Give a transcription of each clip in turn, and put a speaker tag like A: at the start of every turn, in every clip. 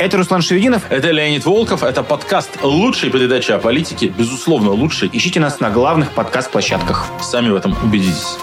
A: Это Руслан Шевединов.
B: Это Леонид Волков. Это подкаст «Лучшей передачи о политике». Безусловно, лучшей.
A: Ищите нас на главных подкаст-площадках.
B: Сами в этом убедитесь.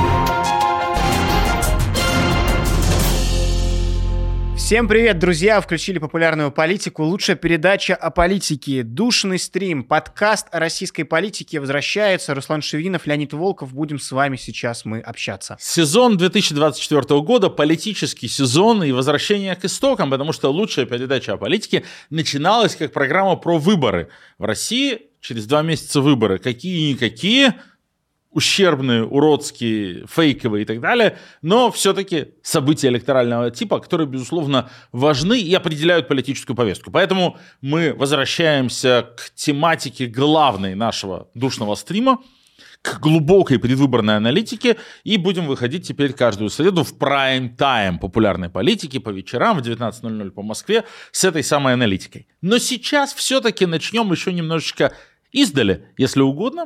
A: Всем привет, друзья! Включили популярную политику. Лучшая передача о политике. Душный стрим. Подкаст о российской политике возвращается. Руслан Шевединов, Леонид Волков. Будем с вами сейчас мы общаться.
B: Сезон 2024 года, политический сезон и возвращение к истокам, потому что лучшая передача о политике начиналась как программа про выборы. В России через 2 месяца выборы. Какие-никакие, ущербные, уродские, фейковые и так далее, но все-таки события электорального типа, которые, безусловно, важны и определяют политическую повестку. Поэтому мы возвращаемся к тематике главной нашего душного стрима, к глубокой предвыборной аналитике, и будем выходить теперь каждую среду в прайм-тайм популярной политики по вечерам в 19:00 по Москве с этой самой аналитикой. Но сейчас все-таки начнем еще немножечко издали, если угодно,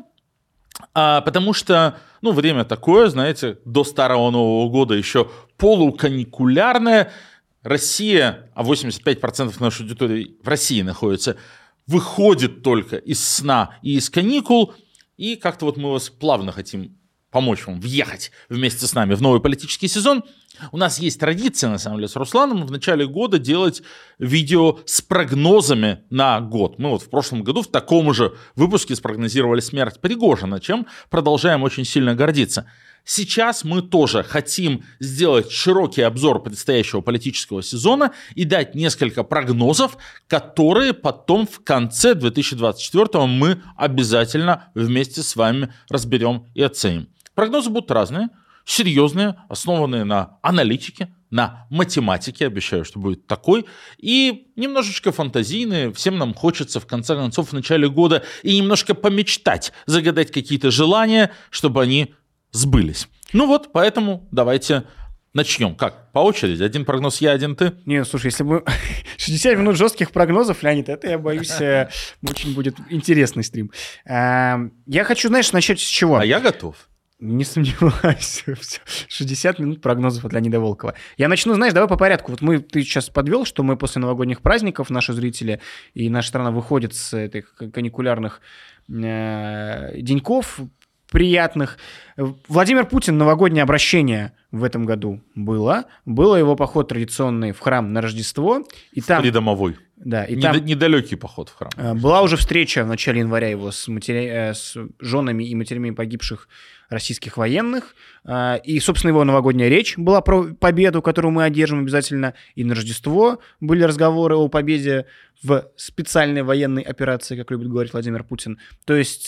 B: потому что, время такое, знаете, до Старого Нового года еще полуканикулярное. Россия, а 85% нашей аудитории в России находится, выходит только из сна и из каникул, и как-то мы вас плавно хотим помочь вам въехать вместе с нами в новый политический сезон. У нас есть традиция, на самом деле, с Русланом в начале года делать видео с прогнозами на год. Мы в прошлом году в таком же выпуске спрогнозировали смерть Пригожина, чем продолжаем очень сильно гордиться. Сейчас мы тоже хотим сделать широкий обзор предстоящего политического сезона и дать несколько прогнозов, которые потом в конце 2024 мы обязательно вместе с вами разберем и оценим. Прогнозы будут разные, серьезные, основанные на аналитике, на математике, обещаю, что будет такой, и немножечко фантазийные. Всем нам хочется, в конце концов, в начале года и немножко помечтать, загадать какие-то желания, чтобы они сбылись. Поэтому давайте начнем. Как? По очереди? Один прогноз я, один ты?
A: Не, слушай, если бы 60 минут жестких прогнозов, Леонид, это, я боюсь, очень будет интересный стрим. Я хочу, начать с чего?
B: А я готов.
A: Не сомневаюсь. 60 минут прогнозов от Леонида Волкова. Я начну, давай по порядку. Ты сейчас подвел, что мы после новогодних праздников, наши зрители и наша страна выходят с этих каникулярных деньков приятных. Владимир Путин, новогоднее обращение в этом году было. Был его поход традиционный в храм на Рождество. И там,
B: придомовой.
A: Да, и
B: недалекий поход в храм.
A: Была уже встреча в начале января его с женами и матерями погибших российских военных. И, собственно, его новогодняя речь была про победу, которую мы одержим обязательно. И на Рождество были разговоры о победе в специальной военной операции, как любит говорить Владимир Путин. То есть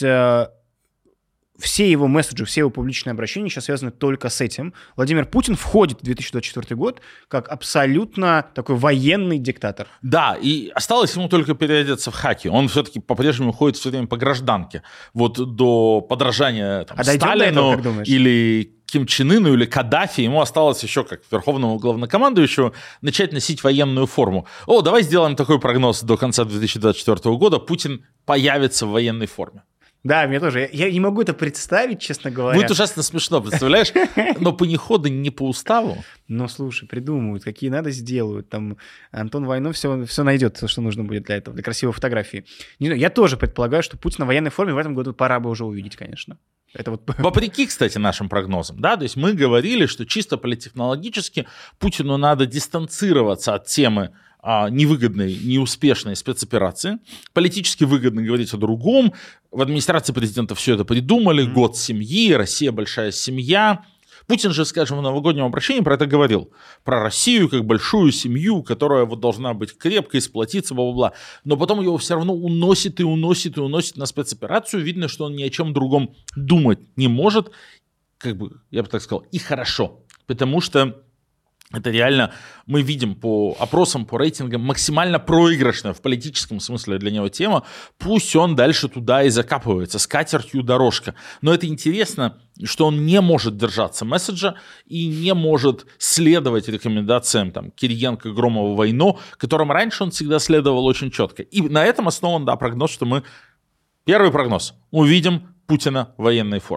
A: все его месседжи, все его публичные обращения сейчас связаны только с этим. Владимир Путин входит в 2024 год как абсолютно такой военный диктатор.
B: Да, и осталось ему только переодеться в хаки. Он все-таки по-прежнему ходит все время по гражданке. До подражания Сталину или Ким Чен Ыну или Каддафи. Ему осталось еще, как верховному главнокомандующему, начать носить военную форму. Давай сделаем такой прогноз до конца 2024 года. Путин появится в военной форме.
A: Да, мне тоже. Я не могу это представить, честно говоря.
B: Будет ужасно смешно, представляешь? Но по неходу, не по уставу.
A: Слушай, придумают, какие надо, сделают. Там Антон Войнов все найдет, что нужно будет для этого, для красивой фотографии. Не знаю, я тоже предполагаю, что Путина в военной форме в этом году пора бы уже увидеть, конечно. Это
B: Вопреки, кстати, нашим прогнозам, да, то есть мы говорили, что чисто политтехнологически Путину надо дистанцироваться от темы невыгодной, неуспешной спецоперации. Политически выгодно говорить о другом. В администрации президента все это придумали. Год семьи, Россия большая семья. Путин же, скажем, в новогоднем обращении про это говорил. Про Россию как большую семью, которая должна быть крепкой, сплотиться, бла-бла-бла. Но потом его все равно уносит на спецоперацию. Видно, что он ни о чем другом думать не может. Я бы так сказал, и хорошо. Потому что это реально, мы видим по опросам, по рейтингам, максимально проигрышная в политическом смысле для него тема. Пусть он дальше туда и закапывается, с катертью дорожка. Но это интересно, что он не может держаться месседжа и не может следовать рекомендациям Кириенко, Громова, Войно, которым раньше он всегда следовал очень четко. И на этом основан прогноз, что мы... Первый прогноз. Увидим Путина в военной форме.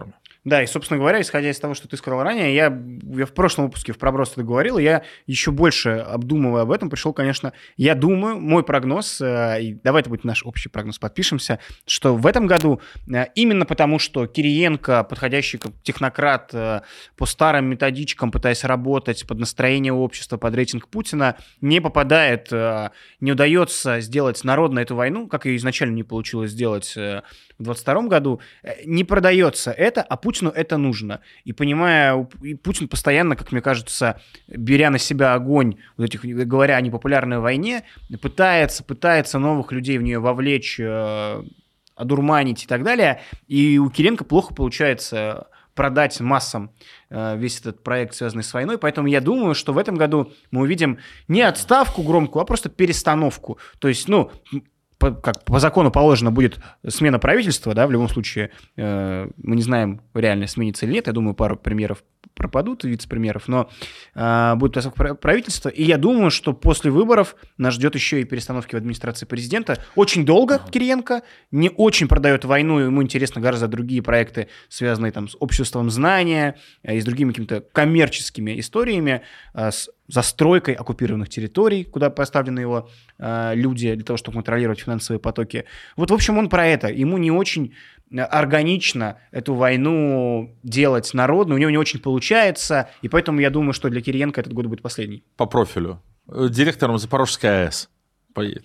A: Да, и, собственно говоря, исходя из того, что ты сказал ранее, я в прошлом выпуске в проброс это говорил, я еще больше обдумывая об этом, пришел, конечно, я думаю, мой прогноз, и давай это будет наш общий прогноз, подпишемся, что в этом году именно потому, что Кириенко, подходящий как технократ, по старым методичкам, пытаясь работать под настроение общества, под рейтинг Путина, не попадает, не удается сделать народно эту войну, как ее изначально не получилось сделать в 2022 году, не продается это, а Путину это нужно. И понимая, и Путин постоянно, как мне кажется, беря на себя огонь, вот этих, говоря о непопулярной войне, пытается новых людей в нее вовлечь, одурманить и так далее. И у Кириенко плохо получается продать массам весь этот проект, связанный с войной. Поэтому я думаю, что в этом году мы увидим не отставку громкую, а просто перестановку. То есть, как по закону положено, будет смена правительства, да, в любом случае, мы не знаем, реально сменится или нет, я думаю, пару премьеров пропадут, вице-премьеров, но будет правительство, и я думаю, что после выборов нас ждет еще и перестановки в администрации президента. Очень долго Кириенко, не очень продает войну, ему интересно гораздо другие проекты, связанные там с обществом знания и с другими какими-то коммерческими историями, с застройкой оккупированных территорий, куда поставлены его люди для того, чтобы контролировать финансовые потоки. Вот, в общем, он про это. Ему не очень органично эту войну делать народную, у него не очень получается, и поэтому я думаю, что для Кириенко этот год будет последний.
B: По профилю. Директором Запорожской АЭС поедет.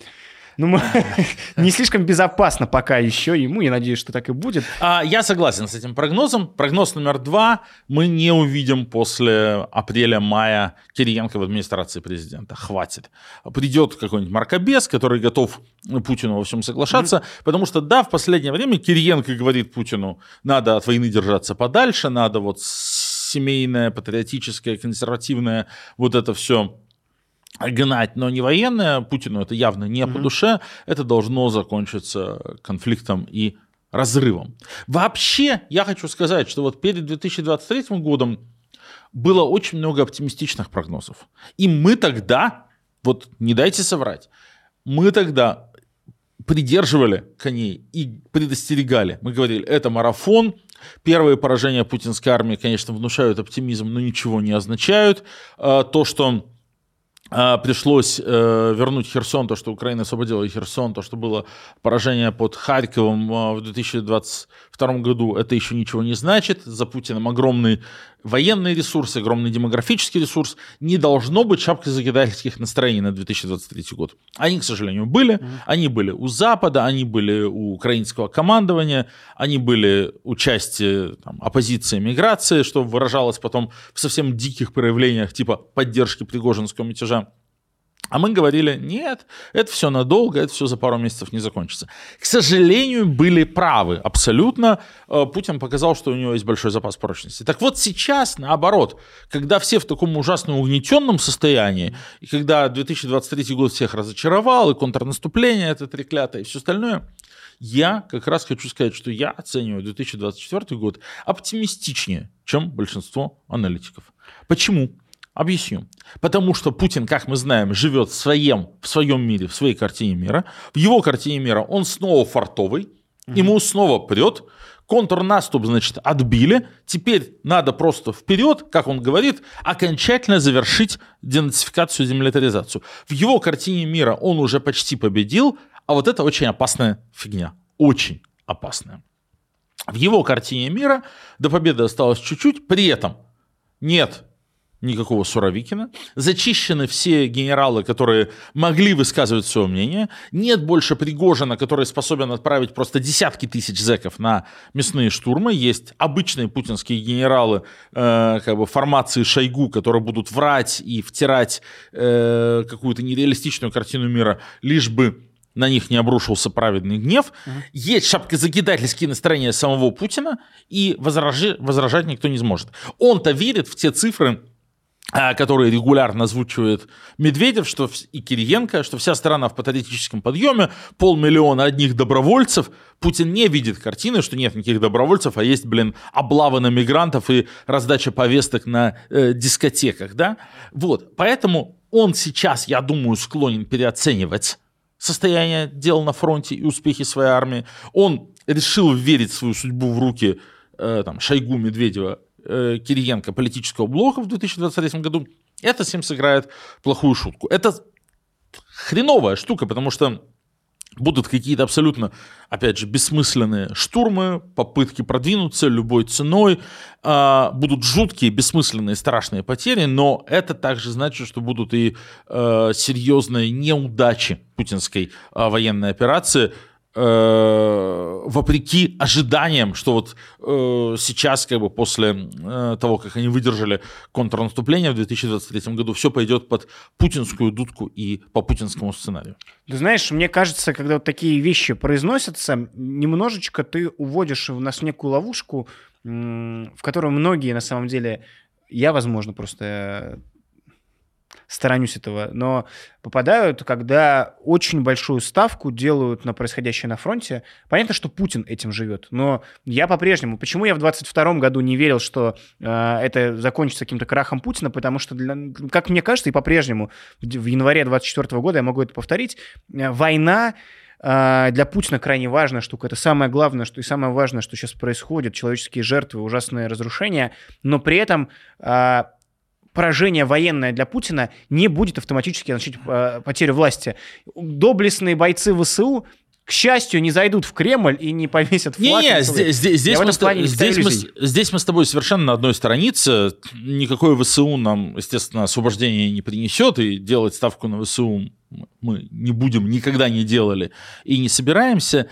A: Не слишком безопасно пока еще ему, я надеюсь, что так и будет.
B: Я согласен с этим прогнозом. Прогноз номер 2. Мы не увидим после апреля-мая Кириенко в администрации президента. Хватит. Придет какой-нибудь мракобес, который готов Путину во всем соглашаться, потому что, да, в последнее время Кириенко говорит Путину, надо от войны держаться подальше, надо вот семейное, патриотическое, консервативное, вот это все гнать, но не военное. Путину это явно не по душе. Это должно закончиться конфликтом и разрывом. Вообще, я хочу сказать, что вот перед 2023 годом было очень много оптимистичных прогнозов. И мы тогда, вот не дайте соврать, мы тогда придерживали коней и предостерегали. Мы говорили, это марафон. Первые поражения путинской армии, конечно, внушают оптимизм, но ничего не означают. То, что пришлось вернуть Херсон, то, что Украина освободила Херсон, то, что было поражение под Харьковом в 2022 году, это еще ничего не значит. За Путиным огромный военный ресурс, огромный демографический ресурс. Не должно быть шапкозакидательских настроений на 2023 год. Они, к сожалению, были. Они были у Запада, они были у украинского командования, они были у части оппозиции, миграции, что выражалось потом в совсем диких проявлениях типа поддержки Пригожинского мятежа. А мы говорили, нет, это все надолго, это все за пару месяцев не закончится. К сожалению, были правы абсолютно. Путин показал, что у него есть большой запас прочности. Так вот сейчас, наоборот, когда все в таком ужасно угнетенном состоянии, и когда 2023 год всех разочаровал, и контрнаступление это треклятое, и все остальное, я как раз хочу сказать, что я оцениваю 2024 год оптимистичнее, чем большинство аналитиков. Почему? Объясню. Потому что Путин, как мы знаем, живет в своем мире, в своей картине мира. В его картине мира он снова фартовый, ему снова прет. Контрнаступ, значит, отбили. Теперь надо просто вперед, как он говорит, окончательно завершить денацификацию, демилитаризацию. В его картине мира он уже почти победил, а вот это очень опасная фигня. Очень опасная. В его картине мира до победы осталось чуть-чуть, при этом нет никакого Суровикина, зачищены все генералы, которые могли высказывать свое мнение, нет больше Пригожина, который способен отправить просто десятки тысяч зэков на мясные штурмы, есть обычные путинские генералы формации Шойгу, которые будут врать и втирать какую-то нереалистичную картину мира, лишь бы на них не обрушился праведный гнев, есть шапкозакидательские настроения самого Путина, и возражать никто не сможет. Он-то верит в те цифры, которые регулярно озвучивает Медведев, что и Кириенко, что вся страна в патриотическом подъеме, 500 000 одних добровольцев. Путин не видит картины, что нет никаких добровольцев, а есть, облавы на мигрантов и раздача повесток на дискотеках, да? Вот, поэтому он сейчас, я думаю, склонен переоценивать состояние дел на фронте и успехи своей армии. Он решил верить свою судьбу в руки там, Шойгу, Медведева, Кириенко политического блока в 2023 году, это с ним сыграет плохую шутку. Это хреновая штука, потому что будут какие-то абсолютно, опять же, бессмысленные штурмы, попытки продвинуться любой ценой, будут жуткие, бессмысленные, страшные потери, но это также значит, что будут и серьезные неудачи путинской военной операции, вопреки ожиданиям, что вот сейчас, как бы после того, как они выдержали контрнаступление в 2023 году, все пойдет под путинскую дудку и по путинскому сценарию.
A: Ты знаешь, мне кажется, когда вот такие вещи произносятся, немножечко ты уводишь нас в некую ловушку, в которую многие, на самом деле, я, возможно, просто сторонюсь этого, но попадают, когда очень большую ставку делают на происходящее на фронте. Понятно, что Путин этим живет, но я по-прежнему... Почему я в 22 году не верил, что это закончится каким-то крахом Путина? Потому что, как мне кажется, и по-прежнему в январе 24 года, я могу это повторить, война для Путина крайне важная штука. Это самое главное, что и самое важное, что сейчас происходит. Человеческие жертвы, ужасные разрушения. Но при этом поражение военное для Путина не будет автоматически означать потерю власти. Доблестные бойцы ВСУ, к счастью, не зайдут в Кремль и не повесят флаг.
B: Здесь мы с тобой совершенно на одной странице. Никакой ВСУ нам, естественно, освобождение не принесет, и делать ставку на ВСУ мы не будем, никогда не делали и не собираемся.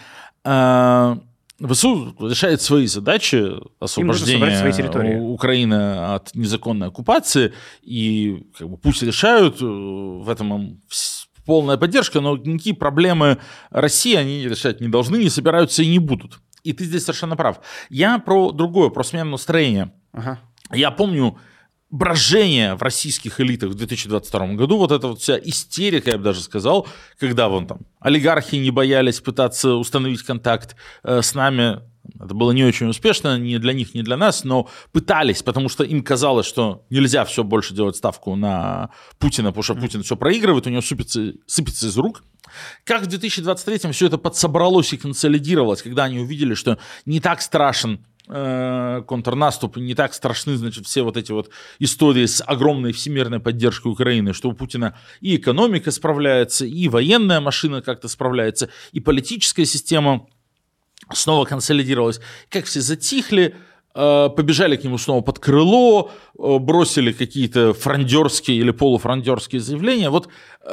B: ВСУ решает свои задачи освобождения Украины от незаконной оккупации, и как бы, пусть решают, в этом им полная поддержка, но никакие проблемы России они решать не должны, не собираются и не будут. И ты здесь совершенно прав. Я про другое, про смену настроения. Ага. Я помню брожение в российских элитах в 2022 году, вот эта вот вся истерика, я бы даже сказал, когда вон там олигархи не боялись пытаться установить контакт с нами. Это было не очень успешно, ни для них, ни для нас, но пытались, потому что им казалось, что нельзя все больше делать ставку на Путина, потому что Путин все проигрывает, у него сыпется из рук. Как в 2023 все это подсобралось и консолидировалось, когда они увидели, что не так страшен контрнаступ, не так страшны, значит, все вот эти вот истории с огромной всемирной поддержкой Украины, что у Путина и экономика справляется, и военная машина как-то справляется, и политическая система снова консолидировалась. Как все затихли, побежали к нему снова под крыло, бросили какие-то фрондерские или полуфрондерские заявления. Вот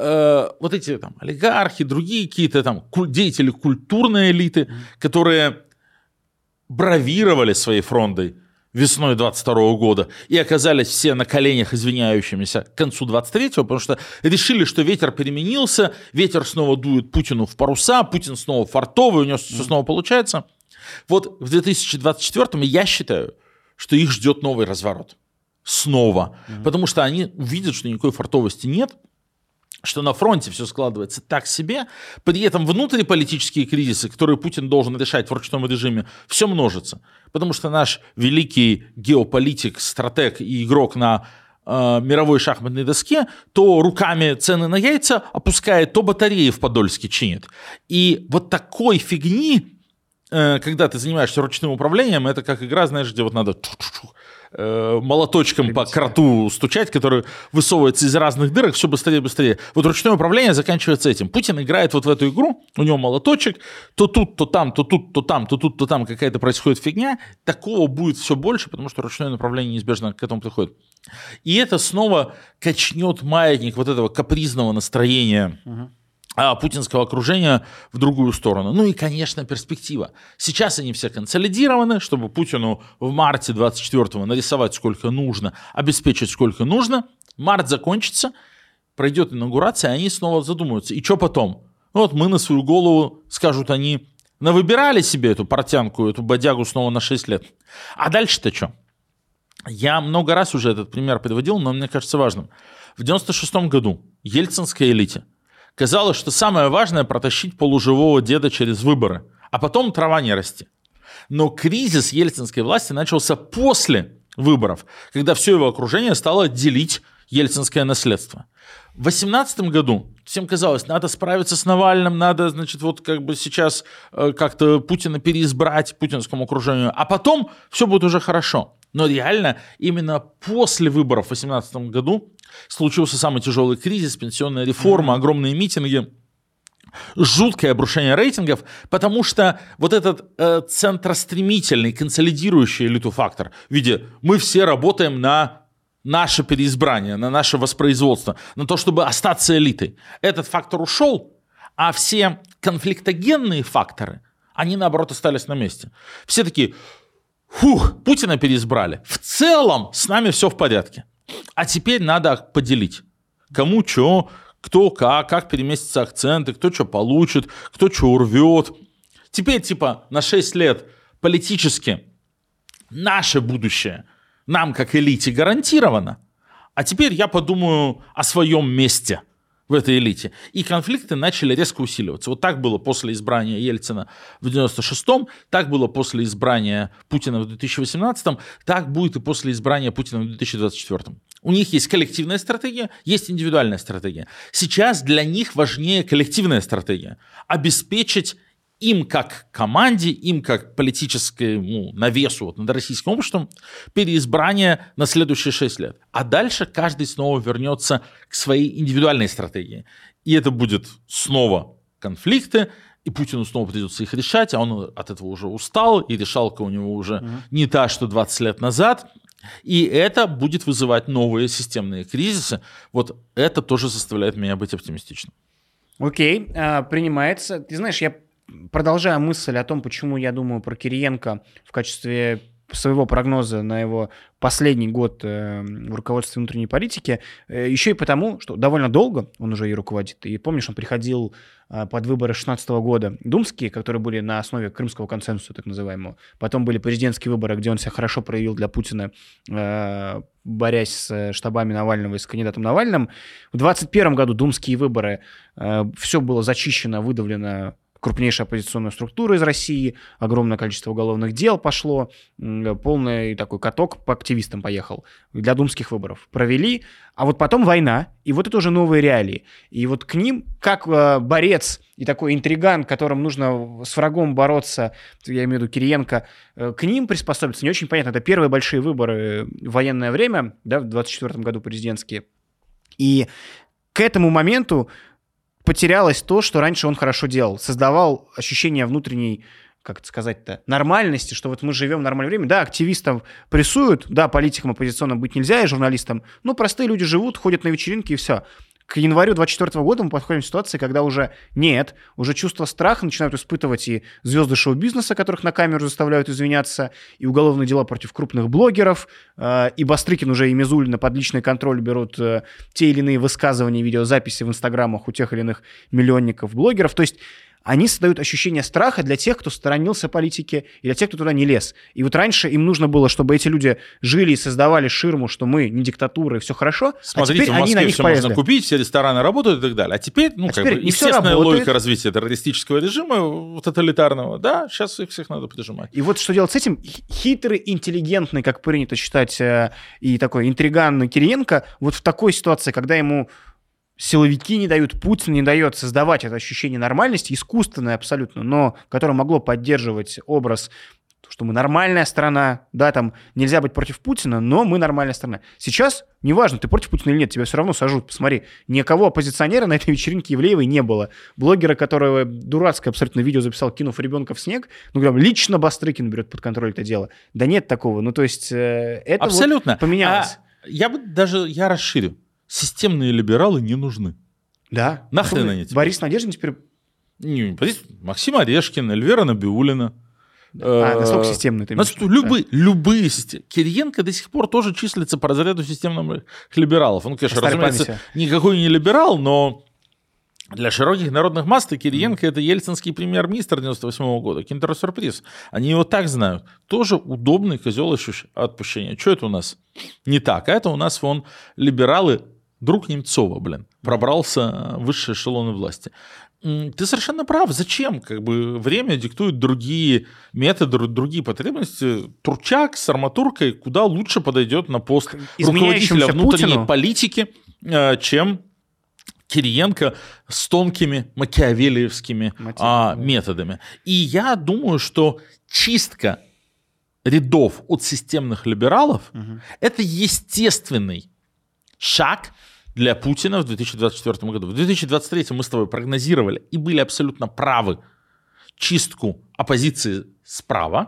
B: эти там олигархи, другие какие-то там деятели культурной элиты, которые бравировали своей фрондой весной 22 года и оказались все на коленях извиняющимися к концу 23-го, потому что решили, что ветер переменился, ветер снова дует Путину в паруса, Путин снова фартовый, у него все снова получается. Вот в 2024-м я считаю, что их ждет новый разворот. Снова. Потому что они увидят, что никакой фартовости нет, что на фронте все складывается так себе, при этом внутриполитические кризисы, которые Путин должен решать в ручном режиме, все множится. Потому что наш великий геополитик, стратег и игрок на мировой шахматной доске то руками цены на яйца опускает, то батареи в Подольске чинит. И вот такой фигни, когда ты занимаешься ручным управлением, это как игра, знаешь, где вот надо молоточком по кроту стучать, который высовывается из разных дырок, все быстрее и быстрее. Вот ручное управление заканчивается этим. Путин играет вот в эту игру, у него молоточек, то тут, то там, то тут, то там, то тут, то там какая-то происходит фигня. Такого будет все больше, потому что ручное управление неизбежно к этому приходит. И это снова качнет маятник вот этого капризного настроения путинского окружения в другую сторону. Ну и, конечно, перспектива. Сейчас они все консолидированы, чтобы Путину в марте 24-го нарисовать сколько нужно, обеспечить сколько нужно. Март закончится, пройдет инаугурация, и они снова задумаются. И что потом? Вот мы на свою голову, скажут они, навыбирали себе эту портянку, эту бодягу снова на 6 лет. А дальше-то что? Я много раз уже этот пример приводил, но мне кажется важным. В 96-м году ельцинской элите казалось, что самое важное – протащить полуживого деда через выборы, а потом трава не расти. Но кризис ельцинской власти начался после выборов, когда все его окружение стало делить ельцинское наследство. В 2018 году Всем казалось, надо справиться с Навальным, надо, значит, вот как бы сейчас как-то Путина переизбрать путинскому окружению, а потом все будет уже хорошо. Но реально именно после выборов в 2018 году случился самый тяжелый кризис, пенсионная реформа, огромные митинги, жуткое обрушение рейтингов, потому что вот этот центростремительный, консолидирующий элиту фактор в виде «мы все работаем на наше переизбрание, на наше воспроизводство, на то, чтобы остаться элитой». Этот фактор ушел, а все конфликтогенные факторы, они наоборот остались на месте. Все такие: фух, Путина переизбрали. В целом с нами все в порядке. А теперь надо поделить. Кому что, кто как переместятся акценты, кто что получит, кто что урвет. Теперь типа на 6 лет политически наше будущее нам как элите гарантировано. А теперь я подумаю о своем месте в этой элите. И конфликты начали резко усиливаться. Вот так было после избрания Ельцина в 96-м, так было после избрания Путина в 2018-м, так будет и после избрания Путина в 2024-м. У них есть коллективная стратегия, есть индивидуальная стратегия. Сейчас для них важнее коллективная стратегия. Обеспечить им как команде, им как политическому навесу вот, над российским обществом переизбрание на следующие 6 лет. А дальше каждый снова вернется к своей индивидуальной стратегии. И это будет снова конфликты, и Путину снова придется их решать, а он от этого уже устал, и решалка у него уже не та, что 20 лет назад. И это будет вызывать новые системные кризисы. Вот это тоже заставляет меня быть оптимистичным.
A: Окей, принимается. Ты знаешь, я продолжаю мысль о том, почему я думаю про Кириенко в качестве своего прогноза на его последний год в руководстве внутренней политики, еще и потому, что довольно долго он уже ее руководит. И помнишь, он приходил под выборы 2016 года думские, которые были на основе Крымского консенсуса, так называемого. Потом были президентские выборы, где он себя хорошо проявил для Путина, борясь с штабами Навального и с кандидатом Навальным. В 2021 году думские выборы, все было зачищено, выдавлено крупнейшая оппозиционная структура из России, огромное количество уголовных дел пошло, полный такой каток по активистам поехал. Для думских выборов провели, а вот потом война, и вот это уже новые реалии. И вот к ним, как борец и такой интриган, которым нужно с врагом бороться, я имею в виду Кириенко, к ним приспособиться не очень понятно. Это первые большие выборы в военное время, да, в 2024 году президентские. И к этому моменту потерялось то, что раньше он хорошо делал. Создавал ощущение внутренней, как это сказать-то, нормальности, что вот мы живем в нормальное время. Да, активистов прессуют, да, политикам оппозиционным быть нельзя и журналистам, но простые люди живут, ходят на вечеринки и все. К январю 2024 года мы подходим к ситуации, когда уже нет, уже чувство страха начинают испытывать и звезды шоу-бизнеса, которых на камеру заставляют извиняться, и уголовные дела против крупных блогеров, и Бастрыкин уже и Мизулина под личный контроль берут те или иные высказывания, видеозаписи в инстаграмах у тех или иных миллионников, блогеров. То есть они создают ощущение страха для тех, кто сторонился политики, и для тех, кто туда не лез. И вот раньше им нужно было, чтобы эти люди жили и создавали ширму, что мы не диктатура, и все хорошо.
B: Смотрите,
A: а теперь
B: в Москве
A: они на них
B: все
A: полезли.
B: можно купить, все рестораны работают и так далее. А теперь, естественная логика развития террористического режима, тоталитарного, да, сейчас их всех надо прижимать.
A: И вот что делать с этим? Хитрый, интеллигентный, как принято считать, и такой интриганный Кириенко, вот в такой ситуации, когда ему силовики не дают, Путин не дает создавать это ощущение нормальности, искусственное абсолютно, но которое могло поддерживать образ, что мы нормальная страна, да, там нельзя быть против Путина, но мы нормальная страна. Сейчас, неважно, ты против Путина или нет, тебя все равно сожрут. Посмотри, никого оппозиционера на этой вечеринке Ивлеевой не было. Блогера, которого дурацкое абсолютно видео записал, кинув ребенка в снег, ну, прям лично Бастрыкин берет под контроль это дело. Да нет такого, ну, то есть это
B: абсолютно.
A: Вот поменялось.
B: Я расширю. Системные либералы не нужны.
A: Да.
B: Нахрен они теперь?
A: Борис Надеждин теперь...
B: Максим Орешкин, Эльвира Набиуллина.
A: Насколько системные ты имеешь?
B: Любые системы. Кириенко до сих пор тоже числится по разряду системных либералов. Он, конечно, разумеется, никакой не либерал, но для широких народных масс Кириенко это ельцинский премьер-министр 98 года. Киндер-сюрприз. Они его так знают. Тоже удобный козел отпущения. Что это у нас не так? А это у нас вон либералы, друг Немцова, пробрался в высшие эшелоны власти. Ты совершенно прав. Зачем? Время диктует другие методы, другие потребности. Турчак с арматуркой куда лучше подойдет на пост руководителя внутренней политики, чем Кириенко с тонкими макиавеллиевскими методами. И я думаю, что чистка рядов от системных либералов это естественный шаг для Путина в 2024 году. В 2023 мы с тобой прогнозировали и были абсолютно правы чистку оппозиции справа.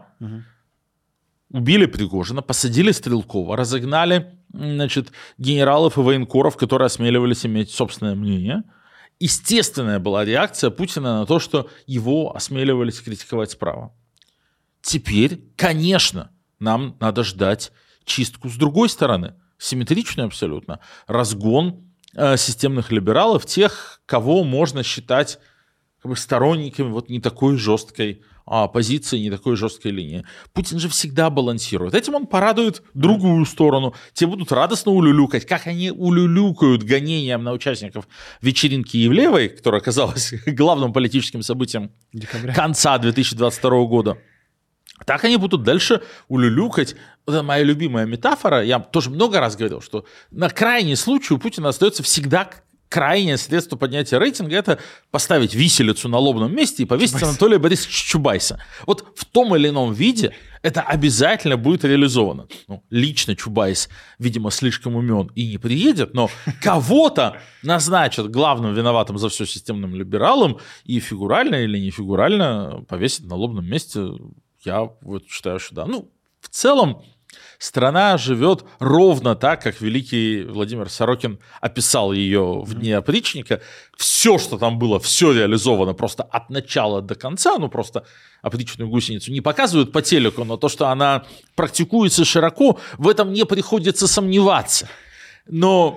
B: Убили Пригожина, посадили Стрелкова, разогнали, значит, генералов и военкоров, которые осмеливались иметь собственное мнение. Естественная была реакция Путина на то, что его осмеливались критиковать справа. Теперь, конечно, нам надо ждать чистку с другой стороны, симметричную абсолютно, разгон системных либералов, тех, кого можно считать как бы сторонниками вот не такой жесткой позиции, не такой жесткой линии. Путин же всегда балансирует. Этим он порадует другую сторону. Те будут радостно улюлюкать, как они улюлюкают гонением на участников вечеринки Ивлеевой, которая оказалась главным политическим событием конца 2022 года. Так они будут дальше улюлюкать. Это моя любимая метафора. Я тоже много раз говорил, что на крайний случай у Путина остается всегда крайнее средство поднятия рейтинга – это поставить виселицу на лобном месте и повесить Анатолия Борисовича Чубайса. Вот в том или ином виде это обязательно будет реализовано. Ну, лично Чубайс, видимо, слишком умен и не приедет, но кого-то назначат главным виноватым за все системным либералом и фигурально или не фигурально повесить на лобном месте. Я вот считаю, что да. Ну, в целом, страна живет ровно так, как великий Владимир Сорокин описал ее в «Дне опричника». Все, что там было, все реализовано просто от начала до конца. Ну, просто опричную гусеницу не показывают по телеку, но то, что она практикуется широко, в этом не приходится сомневаться. Но,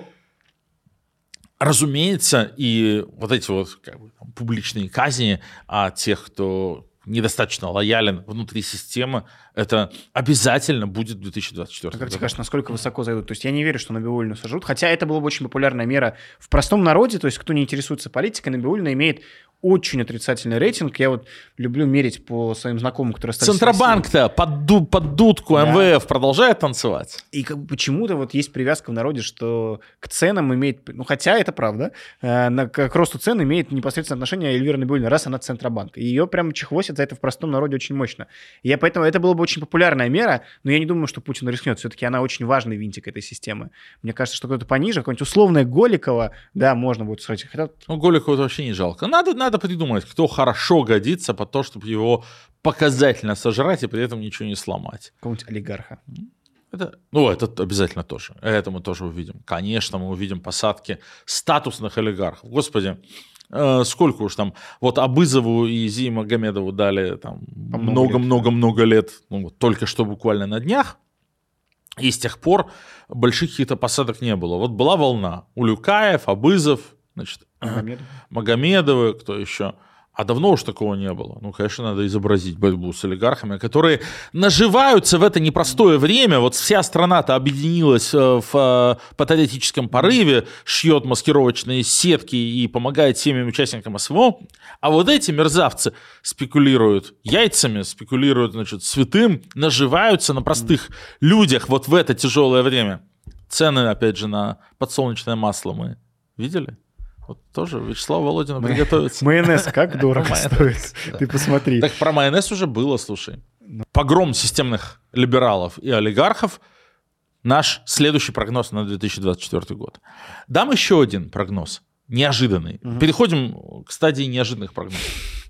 B: разумеется, и вот эти вот как бы, там, публичные казни тех, кто недостаточно лоялен внутри системы, это обязательно будет в 2024 году.
A: Как тебе кажется, насколько высоко зайдут? То есть я не верю, что Набиуллину сожрут, хотя это была бы очень популярная мера в простом народе, то есть кто не интересуется политикой, Набиуллина имеет очень отрицательный рейтинг. Я вот люблю мерить по своим знакомым, которые остались.
B: Центробанк-то под дудку МВФ продолжает танцевать.
A: И как бы почему-то вот есть привязка в народе, что к ценам имеет, ну хотя это правда, к росту цен имеет непосредственное отношение Эльвира Набиуллина, раз она Центробанк. И ее прям чехвостят за это в простом народе очень мощно. И поэтому это была бы очень популярная мера, но я не думаю, что Путин рискнет. Все-таки она очень важный винтик этой системы. Мне кажется, что кто-то пониже, какое-нибудь условное Голикова, да, можно будет сказать. Хотя...
B: Ну, Голикова вообще не жалко. Надо придумать, кто хорошо годится под то, чтобы его показательно сожрать и при этом ничего не сломать.
A: Какого-нибудь олигарха.
B: Это обязательно тоже. Это мы тоже увидим. Конечно, мы увидим посадки статусных олигархов. Господи, сколько уж там. Вот Абызову и Зии Магомедову дали там много-много-много лет. Ну, вот, только что буквально на днях. И с тех пор больших каких-то посадок не было. Вот была волна. Улюкаев, Абызов, значит, Магомедовы, кто еще. А давно уж такого не было. Ну, конечно, надо изобразить борьбу с олигархами, которые наживаются в это непростое время. Вот вся страна-то объединилась в патриотическом порыве, шьет маскировочные сетки и помогает семьям участникам СВО. А вот эти мерзавцы спекулируют яйцами, спекулируют, значит, святым, наживаются на простых людях вот в это тяжелое время. Цены, опять же, на подсолнечное масло мы видели? Вот тоже Вячеслав Володин приготовится.
A: Майонез как дорого стоит. Ты посмотри.
B: Так про майонез уже было, слушай. Погром системных либералов и олигархов – наш следующий прогноз на 2024 год. Дам еще один прогноз, неожиданный. Переходим к стадии неожиданных прогнозов.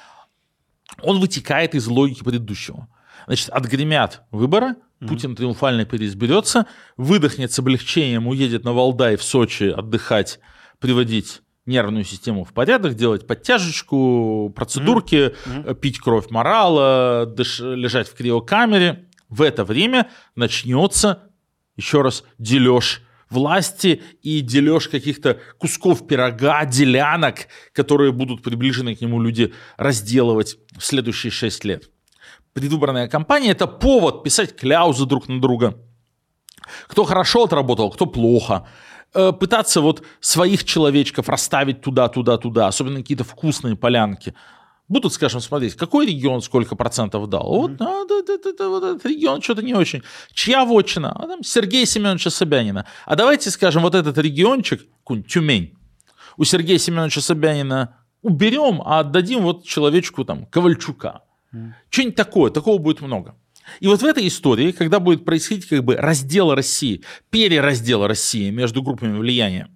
B: Он вытекает из логики предыдущего. Значит, отгремят выборы, Путин триумфально переизберется, выдохнет с облегчением, уедет на Валдай в Сочи отдыхать, приводить нервную систему в порядок, делать подтяжечку, процедурки, пить кровь морала, лежать в криокамере. В это время начнется, еще раз, дележ власти и дележ каких-то кусков пирога, делянок, которые будут приближены к нему люди разделывать в следующие 6 лет. Предвыборная кампания – это повод писать кляузы друг на друга. Кто хорошо отработал, кто плохо. Пытаться вот своих человечков расставить туда, особенно какие-то вкусные полянки. Будут, скажем, смотреть, какой регион сколько процентов дал. Вот этот регион что-то не очень. Чья вотчина? А там Сергея Семеновича Собянина. А давайте скажем, вот этот региончик, Тюмень, у Сергея Семеновича Собянина уберем, а отдадим вот человечку там Ковальчука. Что-нибудь такое, такого будет много. И вот в этой истории, когда будет происходить как бы раздел России, перераздел России между группами влияния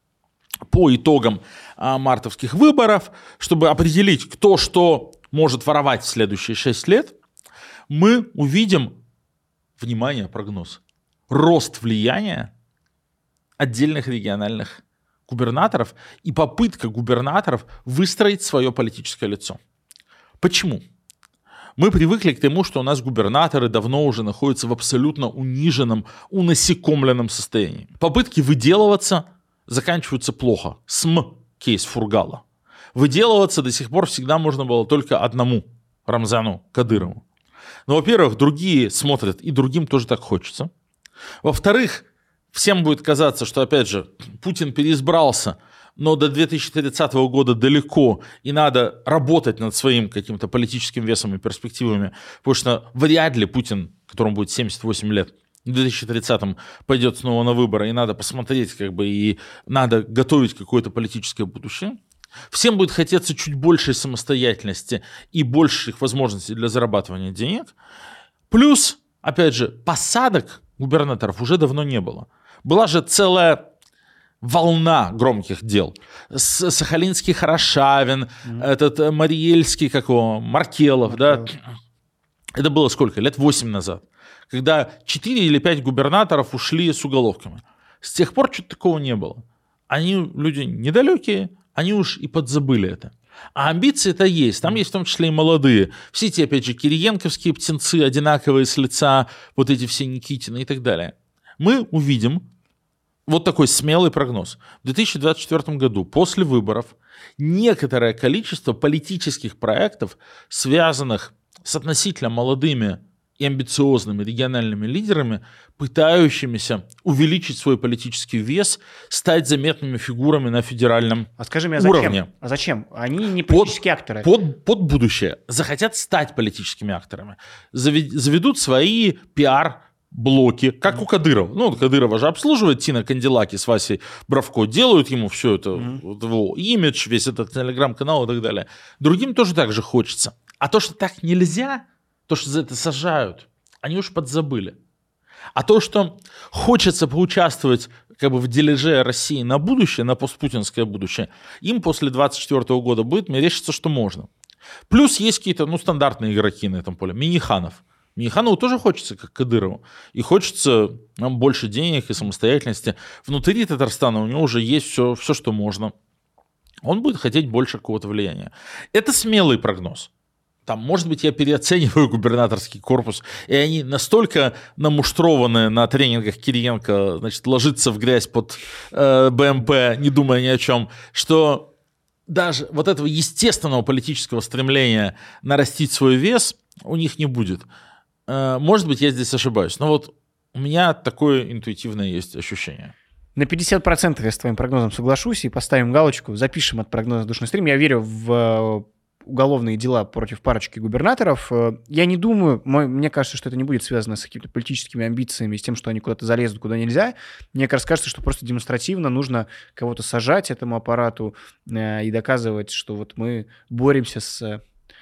B: по итогам мартовских выборов, чтобы определить, кто что может воровать в следующие 6 лет, мы увидим, внимание, прогноз, рост влияния отдельных региональных губернаторов и попытка губернаторов выстроить свое политическое лицо. Почему? Мы привыкли к тому, что у нас губернаторы давно уже находятся в абсолютно униженном, унасекомленном состоянии. Попытки выделываться заканчиваются плохо. Кейс Фургала. Выделываться до сих пор всегда можно было только одному, Рамзану Кадырову. Но, во-первых, другие смотрят, и другим тоже так хочется. Во-вторых, всем будет казаться, что, опять же, Путин переизбрался, но до 2030 года далеко, и надо работать над своим каким-то политическим весом и перспективами, потому что вряд ли Путин, которому будет 78 лет, в 2030-м пойдет снова на выборы, и надо посмотреть, как бы, и надо готовить какое-то политическое будущее. Всем будет хотеться чуть большей самостоятельности и больших возможностей для зарабатывания денег. Плюс, опять же, посадок губернаторов уже давно не было. Была же целая волна громких дел. Сахалинский Хорошавин, этот Мариэльский, Маркелов, да? Это было сколько? Лет 8 назад. Когда 4 или 5 губернаторов ушли с уголовками. С тех пор что-то такого не было. Они люди недалекие, они уж и подзабыли это. А амбиции-то есть. Там есть в том числе и молодые. Все эти, опять же, кириенковские птенцы, одинаковые с лица, вот эти все Никитины и так далее. Мы увидим вот такой смелый прогноз. В 2024 году, после выборов, некоторое количество политических проектов, связанных с относительно молодыми и амбициозными региональными лидерами, пытающимися увеличить свой политический вес, стать заметными фигурами на федеральном уровне.
A: А зачем? Они не политические акторы.
B: Под будущее. Захотят стать политическими акторами. Заведут свои пиар-блоки, как у Кадырова. Ну, Кадырова же обслуживает Тина Канделаки с Васей Бравко, делают ему все это, вот его имидж, весь этот телеграм-канал и так далее. Другим тоже так же хочется. А то, что так нельзя, то, что за это сажают, они уж подзабыли. А то, что хочется поучаствовать как бы в дележе России на будущее, на постпутинское будущее, им после 2024 года будет мерещиться, что можно. Плюс есть какие-то стандартные игроки на этом поле. Миниханов. Миниханову тоже хочется, как Кадырову. И хочется нам больше денег и самостоятельности. Внутри Татарстана у него уже есть все, что можно. Он будет хотеть больше какого-то влияния. Это смелый прогноз. Там, может быть, я переоцениваю губернаторский корпус, и они настолько намуштрованы на тренингах Кириенко, значит, ложиться в грязь под БМП, не думая ни о чем, что даже вот этого естественного политического стремления нарастить свой вес у них не будет. Может быть, я здесь ошибаюсь, но вот у меня такое интуитивное есть ощущение.
A: На 50% я с твоим прогнозом соглашусь и поставим галочку, запишем от прогноза «Душный стрим». Я верю в уголовные дела против парочки губернаторов. Я не думаю, мне кажется, что это не будет связано с какими-то политическими амбициями, с тем, что они куда-то залезут, куда нельзя. Мне кажется, что просто демонстративно нужно кого-то сажать этому аппарату и доказывать, что вот мы боремся с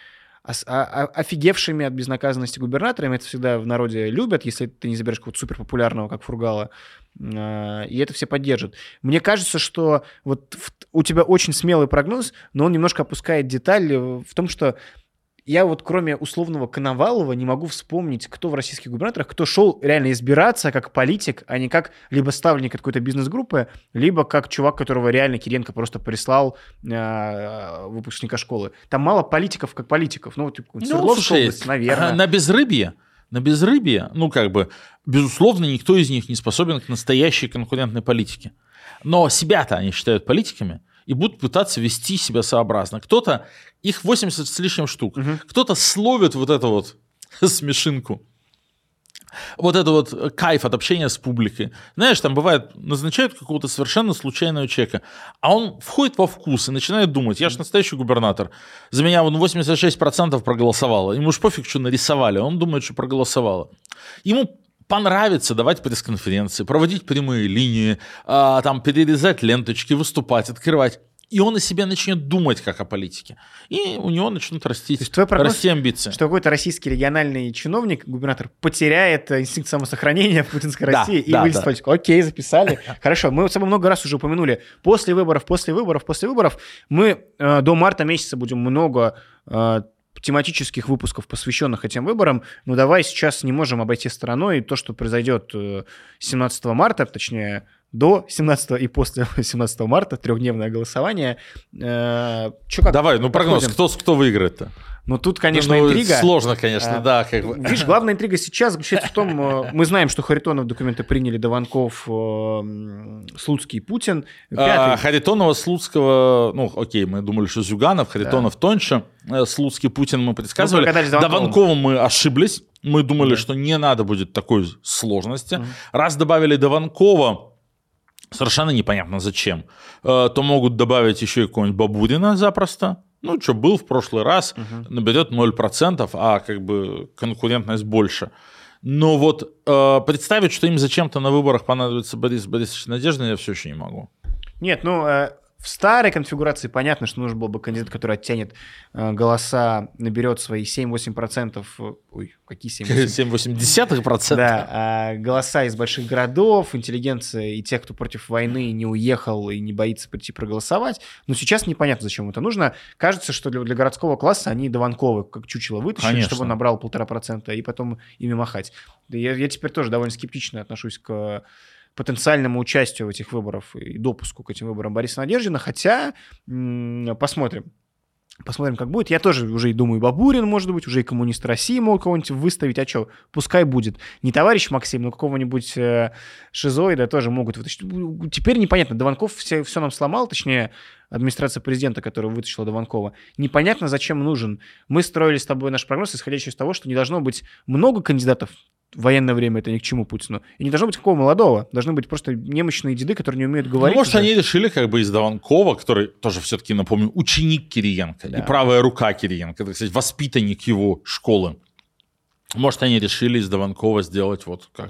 A: офигевшими от безнаказанности губернаторами. Это всегда в народе любят, если ты не заберешь какого-то суперпопулярного, как Фургала, и это все поддержат. Мне кажется, что вот у тебя очень смелый прогноз, но он немножко опускает деталь в том, что я вот кроме условного Коновалова не могу вспомнить, кто в российских губернаторах, кто шел реально избираться как политик, а не как либо ставленник какой-то бизнес-группы, либо как чувак, которого реально Кириенко просто прислал выпускника школы. Там мало политиков как политиков. Свердловская область, наверное.
B: На безрыбье, безусловно, никто из них не способен к настоящей конкурентной политике. Но себя-то они считают политиками и будут пытаться вести себя сообразно. Кто-то, их 80 с лишним штук, кто-то словит вот эту вот смешинку, вот это вот кайф от общения с публикой. Знаешь, там бывает, назначают какого-то совершенно случайного человека, а он входит во вкус и начинает думать, я же настоящий губернатор, за меня 86% проголосовало, ему ж пофиг, что нарисовали, он думает, что проголосовало. Ему понравится давать пресс-конференции, проводить прямые линии, там перерезать ленточки, выступать, открывать. и он о себе начнет думать как о политике. И у него начнут расти амбиции.
A: Что какой-то российский региональный чиновник, губернатор, потеряет инстинкт самосохранения в путинской России и вылезет в политику. Окей, записали. Хорошо, мы с тобой много раз уже упомянули. После выборов мы до марта месяца будем много тематических выпусков, посвященных этим выборам. Ну, давай сейчас не можем обойти стороной то, что произойдет 17 марта, точнее, до 17 и после 17 марта, трехдневное голосование.
B: Давай, прогноз, кто выиграет-то?
A: Ну, тут, конечно, интрига.
B: Сложно, конечно, да.
A: Видишь, главная интрига сейчас заключается в том, мы знаем, что Харитонов документы приняли, Дованков, Слуцкий, Путин.
B: Харитонова, Слуцкого, мы думали, что Зюганов, Харитонов тоньше, Слуцкий, Путин мы предсказывали. Дованковым мы ошиблись, мы думали, что не надо будет такой сложности. Раз добавили Дованкова, совершенно непонятно зачем, то могут добавить еще и какого-нибудь Бабурина запросто. Что был в прошлый раз, наберет 0%, а конкурентность больше. Но представить, что им зачем-то на выборах понадобится Борис Борисович Надеждин, я все еще не могу.
A: Нет, в старой конфигурации понятно, что нужен был бы кандидат, который оттянет голоса, наберет свои 7-8%. Ой, какие
B: 7,8%?
A: Да, голоса из больших городов, интеллигенция и тех, кто против войны не уехал и не боится прийти проголосовать. Но сейчас непонятно, зачем это нужно. Кажется, что для городского класса они Дованковы как чучело вытащили, чтобы он набрал 1,5% и потом ими махать. Я теперь тоже довольно скептично отношусь к потенциальному участию в этих выборах и допуску к этим выборам Бориса Надеждина, хотя посмотрим. Посмотрим, как будет. Я тоже уже и думаю, Бабурин, может быть, уже и коммунист России могут кого-нибудь выставить. А что, пускай будет. Не товарищ Максим, но какого-нибудь шизоида тоже могут вытащить. Теперь непонятно. Дованков все нам сломал, точнее, администрация президента, которая вытащила Дованкова. Непонятно, зачем нужен. Мы строили с тобой наш прогноз, исходя из того, что не должно быть много кандидатов. В военное время это ни к чему Путину. И не должно быть какого молодого. Должны быть просто немощные деды, которые не умеют говорить.
B: Может, они решили из Дованкова, который тоже все-таки, напомню, ученик Кириенко и правая рука Кириенко, так сказать, воспитанник его школы. Может, они решили из Дованкова сделать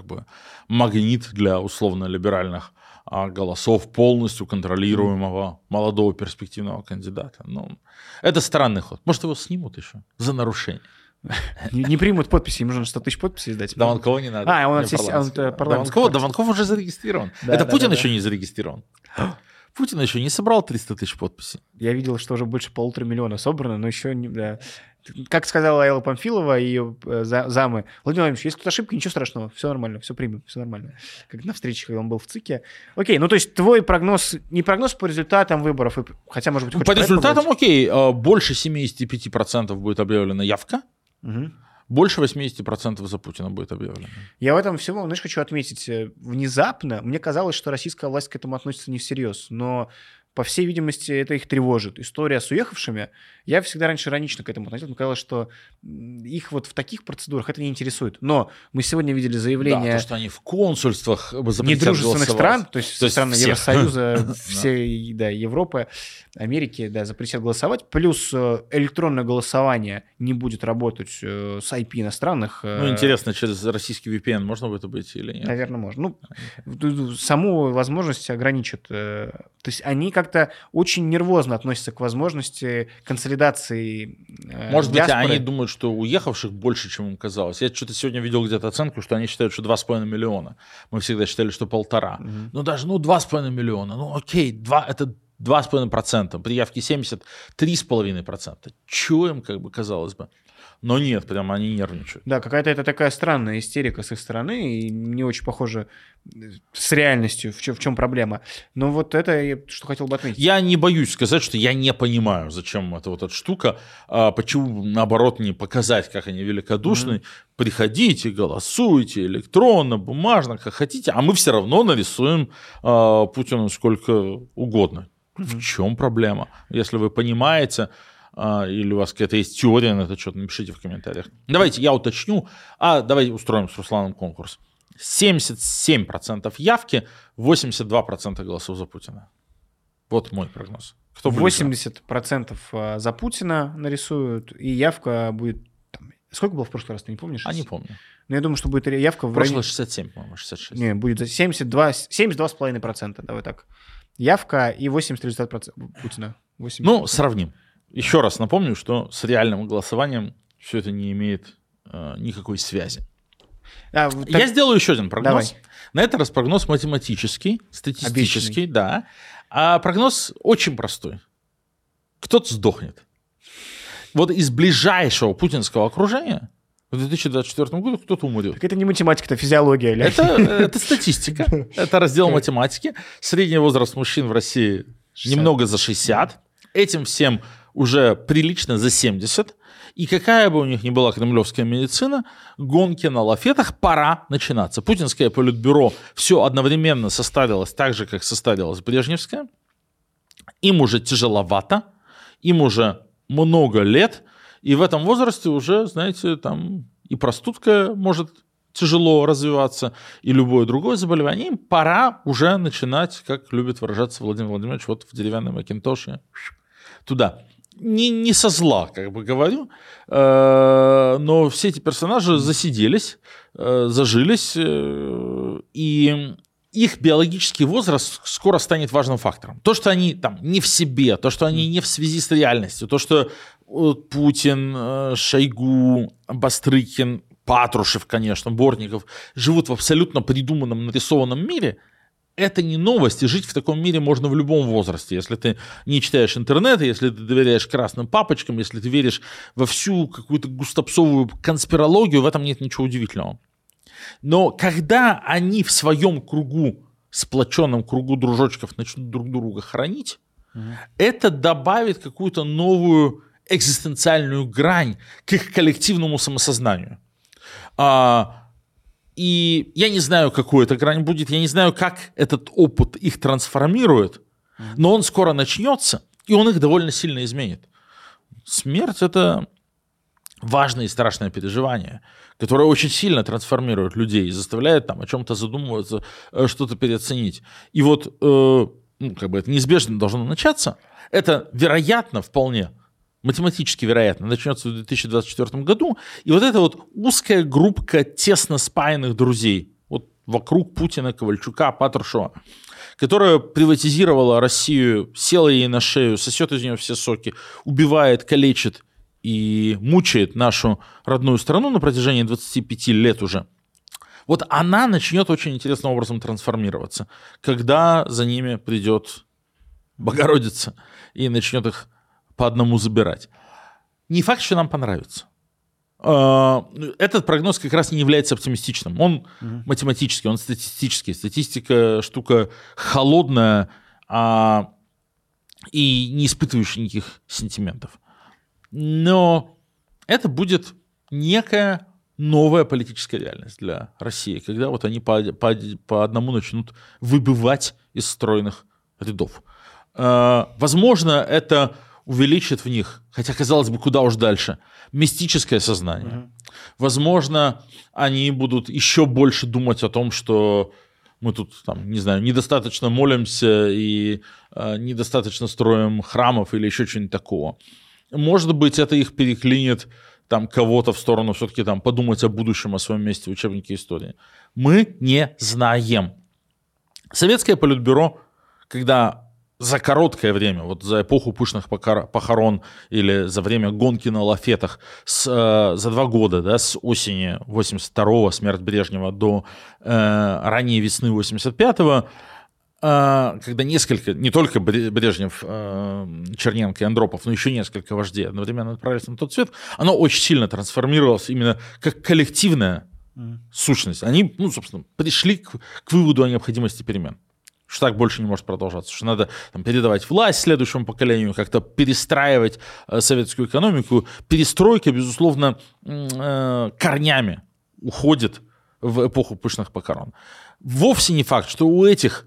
B: магнит для условно-либеральных голосов полностью контролируемого молодого перспективного кандидата. Это странный ход. Может, его снимут еще за нарушение.
A: Не примут подписи, им нужно 100 тысяч подписей сдать.
B: Дованкова не надо. Дованков уже зарегистрирован. Это Путин еще не зарегистрирован. Путин еще не собрал 300 тысяч подписей.
A: Я видел, что уже больше 1,5 миллиона собрано, но еще не... Да. Как сказала Элла Памфилова и ее замы, Владимир Владимирович, если тут ошибки, ничего страшного, все нормально, все примем, все нормально. Как на встрече, когда он был в ЦИКе. Окей, то есть твой прогноз, не прогноз по результатам выборов, хотя, может быть,
B: по результатам, окей, больше 75% будет объявлена явка.
A: Угу.
B: Больше 80% за Путина будет объявлено.
A: Я в этом всего, хочу отметить, внезапно мне казалось, что российская власть к этому относится не всерьез, но, по всей видимости, это их тревожит. История с уехавшими, я всегда раньше иронично к этому относился, мне казалось, что их в таких процедурах это не интересует. Но мы сегодня видели заявление...
B: Да, то, что они в консульствах
A: недружественных стран, то есть стран Евросоюза, всей Европы, Америки, запретят голосовать, плюс электронное голосование не будет работать с IP иностранных.
B: Интересно, через российский VPN можно будет обойти или нет?
A: Наверное, можно. Саму возможность ограничат. То есть они как-то очень нервозно относятся к возможности консолидации
B: Может быть,
A: диаспоры.
B: они думают, что уехавших больше, чем им казалось. Я что-то сегодня видел где-то оценку, что они считают, что 2,5 миллиона. Мы всегда считали, что 1,5.
A: Угу.
B: Даже 2,5 миллиона. Окей, 2 это 2,5%. При явке 70 – 3,5%. Чего им казалось бы? Но нет, прямо они нервничают.
A: Да, какая-то это такая странная истерика с их стороны, и не очень похоже с реальностью, в чем проблема. Но это я что хотел бы отметить.
B: Я не боюсь сказать, что я не понимаю, зачем эта штука, почему, наоборот, не показать, как они великодушны. Приходите, голосуйте электронно, бумажно, как хотите, а мы все равно нарисуем Путину сколько угодно. В чем проблема? Если вы понимаете... или у вас какая-то есть теория на это что-то, напишите в комментариях. Давайте я уточню, давайте устроим с Русланом конкурс. 77% явки, 82% голосов за Путина. Вот мой прогноз. Кто
A: 80% за Путина нарисуют, и явка будет... Сколько было в прошлый раз, ты не помнишь?
B: Не помню.
A: Но я думаю, что будет явка в
B: районе... 67, по-моему, 66.
A: Не, будет 72,5%, давай так. явка и 80 результат Путина. 80%.
B: Ну, сравним. Еще раз напомню, что с реальным голосованием все это не имеет никакой связи. Я сделаю еще один прогноз.
A: Давай.
B: На этот раз прогноз математический, статистический, да. А прогноз очень простой. Кто-то сдохнет. Вот из ближайшего путинского окружения в 2024 году кто-то умрет.
A: Так это не математика, это физиология.
B: Это статистика. Это раздел математики. Средний возраст мужчин в России
A: 60.
B: Немного за 60. Этим всем уже прилично за 70. И какая бы у них ни была кремлевская медицина, гонки на лафетах пора начинаться. Путинское политбюро все одновременно состарилось так же, как состарилось брежневское. Им уже тяжеловато, им уже много лет. И в этом возрасте уже, знаете, там и простудка может тяжело развиваться, и любое другое заболевание. Им пора уже начинать, как любит выражаться Владимир Владимирович, вот в деревянной макинтоше туда. Не со зла, как бы говорю, но все эти персонажи засиделись, зажились, и их биологический возраст скоро станет важным фактором. То, что они там не в себе, то, что они не в связи с реальностью, то, что Путин, Шойгу, Бастрыкин, Патрушев, конечно, Бортников живут в абсолютно придуманном, нарисованном мире, это не новость, и жить в таком мире можно в любом возрасте. Если ты не читаешь интернет, если ты доверяешь красным папочкам, если ты веришь во всю какую-то густопсовую конспирологию, в этом нет ничего удивительного. Но когда они в своем кругу, сплоченном кругу дружочков начнут друг друга хоронить, это добавит какую-то новую экзистенциальную грань к их коллективному самосознанию. И я не знаю, какой эта грань будет, я не знаю, как этот опыт их трансформирует, но он скоро начнется, и он их довольно сильно изменит. Смерть — это важное и страшное переживание, которое очень сильно трансформирует людей и заставляет там о чем-то задумываться, что-то переоценить. И вот как бы это неизбежно должно начаться. Это вероятно вполне, математически вероятно, начнется в 2024 году. И вот эта вот узкая группка тесно спаянных друзей, вот вокруг Путина, Ковальчука, Патрушева, которая приватизировала Россию, села ей на шею, сосет из нее все соки, убивает, калечит и мучает нашу родную страну на протяжении 25 лет уже. Вот она начнет очень интересным образом трансформироваться, когда за ними придет Богородица и начнет их по одному забирать. Не факт, что нам понравится. Этот прогноз как раз не является оптимистичным. Он математический, он статистический. Статистика штука холодная и не испытывающая никаких сентиментов. Но это будет некая новая политическая реальность для России, когда вот они по одному начнут выбывать из стройных рядов. Возможно, это увеличит в них, хотя, казалось бы, куда уж дальше, мистическое сознание. Возможно, они будут еще больше думать о том, что мы тут, там, не знаю, недостаточно молимся и недостаточно строим храмов или еще что-нибудь такого. Может быть, это их переклинит там кого-то в сторону все-таки там подумать о будущем, о своем месте в учебнике истории. Мы не знаем. Советское политбюро, когда за короткое время, вот за эпоху пышных похорон или за время гонки на лафетах, за 2 года, да, с осени 82-го, смерть Брежнева, до ранней весны 85-го, когда несколько, не только Брежнев, Черненко и Андропов, но еще несколько вождей одновременно отправились на тот свет, оно очень сильно трансформировалось именно как коллективная сущность. Они, собственно, пришли к выводу о необходимости перемен. Что так больше не может продолжаться, что надо там передавать власть следующему поколению, как-то перестраивать советскую экономику. Перестройка, безусловно, корнями уходит в эпоху пышных похорон. Вовсе не факт, что у этих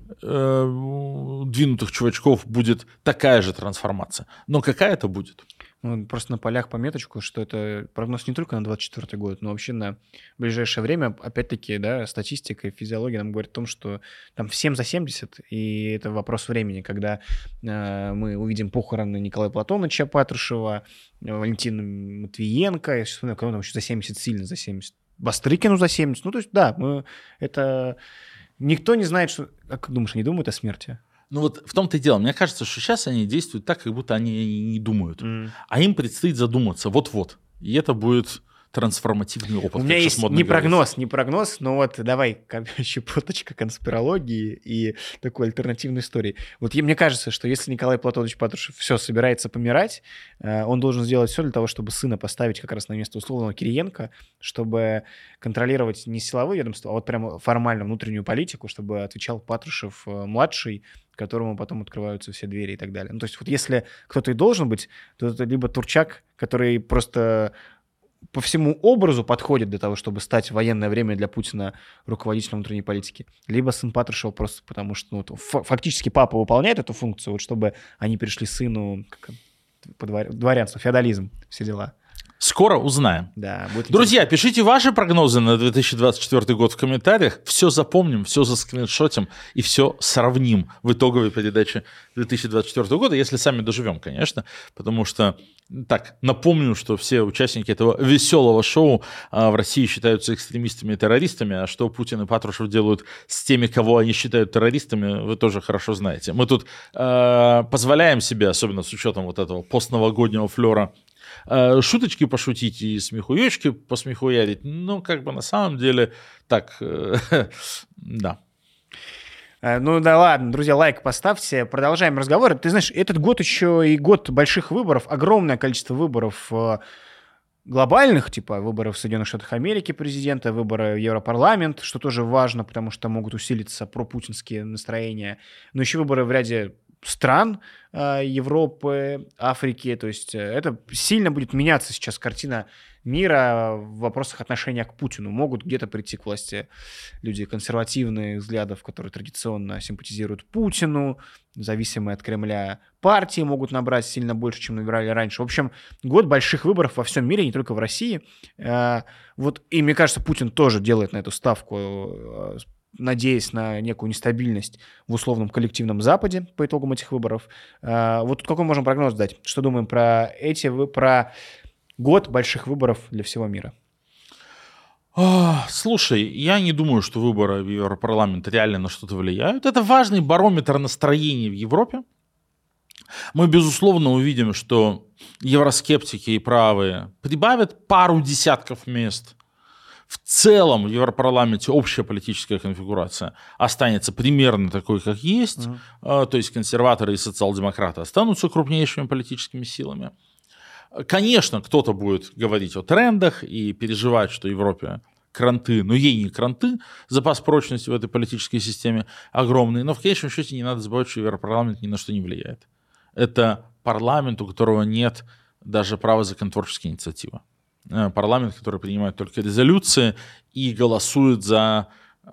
B: двинутых чувачков будет такая же трансформация. Но какая-то будет.
A: Ну, просто на полях пометочку, что это прогноз не только на 2024 год, но вообще на ближайшее время. Опять-таки, да, статистика и физиология нам говорят о том, что там всем за 70, и это вопрос времени, когда мы увидим похороны Николая Платоновича Патрушева, Валентина Матвиенко, я сейчас вспоминаю, кого там еще за 70, сильно за 70, Бастрыкину за 70. Ну, то есть, да, это... Никто не знает, что... Как думаешь, они думают о смерти?
B: Ну вот в том-то и дело. Мне кажется, что сейчас они действуют так, как будто они не думают. А им предстоит задуматься вот-вот. И это будет трансформативный опыт.
A: У меня есть не прогноз, но вот давай щепоточка конспирологии и такой альтернативной истории. Вот мне кажется, что если Николай Платонович Патрушев все собирается помирать, он должен сделать все для того, чтобы сына поставить как раз на место условного Кириенко, чтобы контролировать не силовые ведомства, а вот прямо формально внутреннюю политику, чтобы отвечал Патрушев-младший, которому потом открываются все двери и так далее. Ну, то есть вот если кто-то и должен быть, то это либо Турчак, который просто по всему образу подходит для того, чтобы стать в военное время для Путина руководителем внутренней политики, либо сын Патрушева просто потому, что фактически папа выполняет эту функцию, вот чтобы они перешли сыну по дворянству, феодализм, все дела.
B: Скоро узнаем.
A: Да, будет
B: Друзья, пишите ваши прогнозы на 2024 год в комментариях. Все запомним, все заскриншотим и все сравним в итоговой передаче 2024 года, если сами доживем, конечно. Потому что, так, напомню, что все участники этого веселого шоу в России считаются экстремистами и террористами, а что Путин и Патрушев делают с теми, кого они считают террористами, вы тоже хорошо знаете. Мы тут позволяем себе, особенно с учетом вот этого постновогоднего флера, шуточки пошутить и смехуёчки посмехуярить, ну, как бы на самом деле так, да.
A: Ну да ладно, друзья, лайк поставьте, продолжаем разговор. Ты знаешь, этот год еще и год больших выборов, огромное количество выборов глобальных, типа выборов в Соединенных Штатах Америки президента, выборы в Европарламент, что тоже важно, потому что могут усилиться пропутинские настроения, но еще выборы в ряде стран Европы, Африки, то есть это сильно будет меняться сейчас картина мира в вопросах отношения к Путину. Могут где-то прийти к власти люди консервативных взглядов, которые традиционно симпатизируют Путину, зависимые от Кремля партии могут набрать сильно больше, чем набирали раньше. В общем, год больших выборов во всем мире, не только в России. Вот, и мне кажется, Путин тоже делает на эту ставку, надеясь на некую нестабильность в условном коллективном Западе по итогам этих выборов. Вот тут какой можем прогноз дать? Что думаем про про год больших выборов для всего мира?
B: Слушай, я не думаю, что выборы в Европарламент реально на что-то влияют. Это важный барометр настроений в Европе. Мы, безусловно, увидим, что евроскептики и правые прибавят пару десятков мест. В целом в Европарламенте общая политическая конфигурация останется примерно такой, как есть. То есть консерваторы и социал-демократы останутся крупнейшими политическими силами. Конечно, кто-то будет говорить о трендах и переживать, что Европе кранты, но ей не кранты. Запас прочности в этой политической системе огромный. Но в конечном счете не надо забывать, что Европарламент ни на что не влияет. Это парламент, у которого нет даже права законотворческой инициативы. Парламент, который принимает только резолюции и голосует за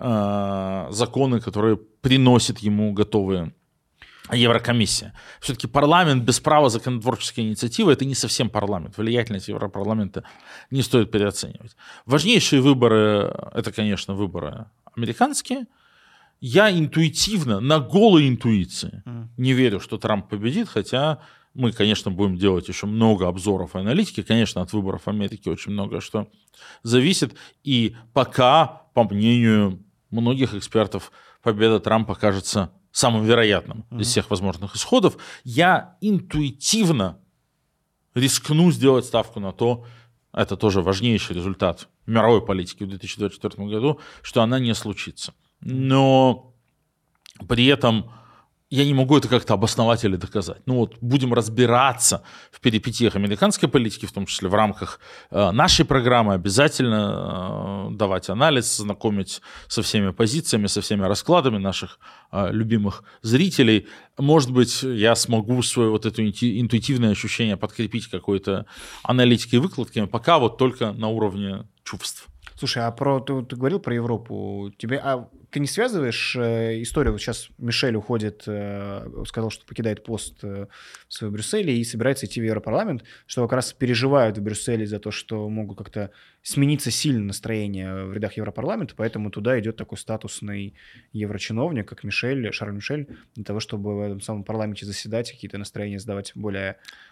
B: законы, которые приносит ему готовые Еврокомиссия. Все-таки парламент без права законотворческой инициативы — это не совсем парламент. Влиятельность Европарламента не стоит переоценивать. Важнейшие выборы — это, конечно, выборы американские. Я интуитивно, на голой интуиции не верю, что Трамп победит, хотя мы, конечно, будем делать еще много обзоров и аналитики. Конечно, от выборов Америки очень много что зависит. И пока, по мнению многих экспертов, победа Трампа кажется самым вероятным из всех возможных исходов. Я интуитивно рискну сделать ставку на то, это тоже важнейший результат мировой политики в 2024 году, что она не случится. Но при этом я не могу это как-то обосновать или доказать. Ну вот будем разбираться в перипетиях американской политики, в том числе в рамках нашей программы, обязательно давать анализ, знакомить со всеми позициями, со всеми раскладами наших любимых зрителей. Может быть, я смогу свое вот это интуитивное ощущение подкрепить какой-то аналитикой и выкладками, пока вот только на уровне чувств.
A: Слушай, а ты говорил про Европу. Ты не связываешь историю? Вот сейчас Мишель уходит, сказал, что покидает пост свой в Брюсселе и собирается идти в Европарламент, что как раз переживают в Брюсселе за то, что могут как-то смениться сильно настроение в рядах Европарламента, поэтому туда идет такой статусный еврочиновник, как Шарль Мишель, для того, чтобы в этом самом парламенте заседать, какие-то настроения сдавать более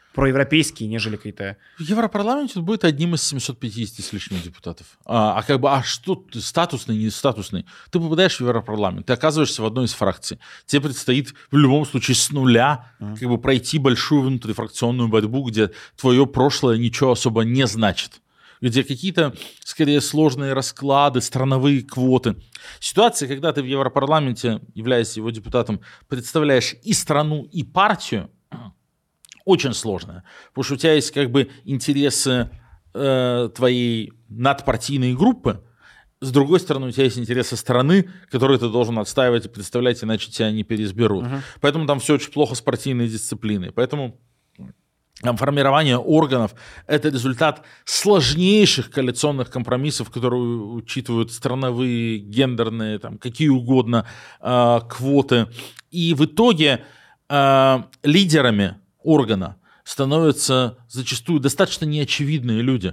A: проевропейские, нежели какие-то...
B: В Европарламенте он будет одним из 750 с лишним депутатов. Что ты, статусный, не статусный? Ты попадаешь в Европарламент, ты оказываешься в одной из фракций. Тебе предстоит в любом случае с нуля пройти большую внутрифракционную борьбу, где твое прошлое ничего особо не значит. Где какие-то, скорее, сложные расклады, страновые квоты. Ситуация, когда ты в Европарламенте, являясь его депутатом, представляешь и страну, и партию, очень сложная. Потому что у тебя есть интересы твоей надпартийной группы, с другой стороны, у тебя есть интересы страны, которые ты должен отстаивать и представлять, иначе тебя не переизберут. Поэтому там все очень плохо с партийной дисциплиной. Поэтому формирование органов – это результат сложнейших коалиционных компромиссов, которые учитывают страновые, гендерные, какие угодно квоты. И в итоге лидерами органа становятся зачастую достаточно неочевидные люди.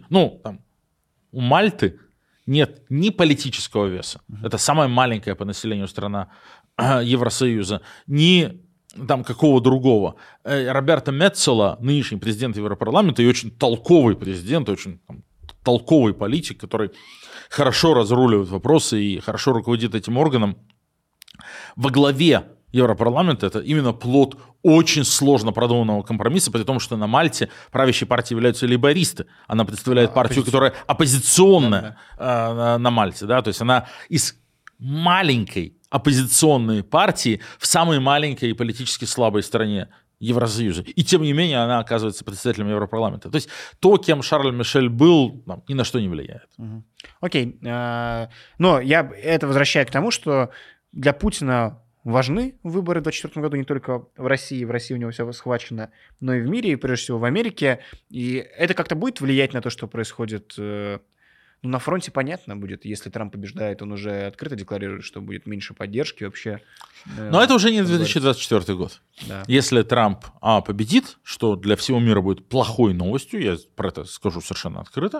B: У Мальты нет ни политического веса, это самая маленькая по населению страна Евросоюза, ни какого другого. Роберто Меццола, нынешний президент Европарламента и очень толковый президент, очень толковый политик, который хорошо разруливает вопросы и хорошо руководит этим органом, во главе Европарламента это именно плод очень сложно продуманного компромисса, при том, что на Мальте правящей партией являются лейбористы. Она представляет партию, которая оппозиционная на Мальте. Да? То есть она из маленькой оппозиционной партии в самой маленькой и политически слабой стране Евросоюза. И тем не менее она оказывается председателем Европарламента. То есть то, кем Шарль Мишель был, ни на что не влияет.
A: Окей. Но я это возвращаю к тому, что для Путина важны выборы в 2024 году не только в России у него все схвачено, но и в мире, и прежде всего в Америке. И это как-то будет влиять на то, что происходит на фронте, понятно будет. Если Трамп побеждает, он уже открыто декларирует, что будет меньше поддержки вообще.
B: Но это уже не 2024 год. Да. Если Трамп победит, что для всего мира будет плохой новостью, я про это скажу совершенно открыто,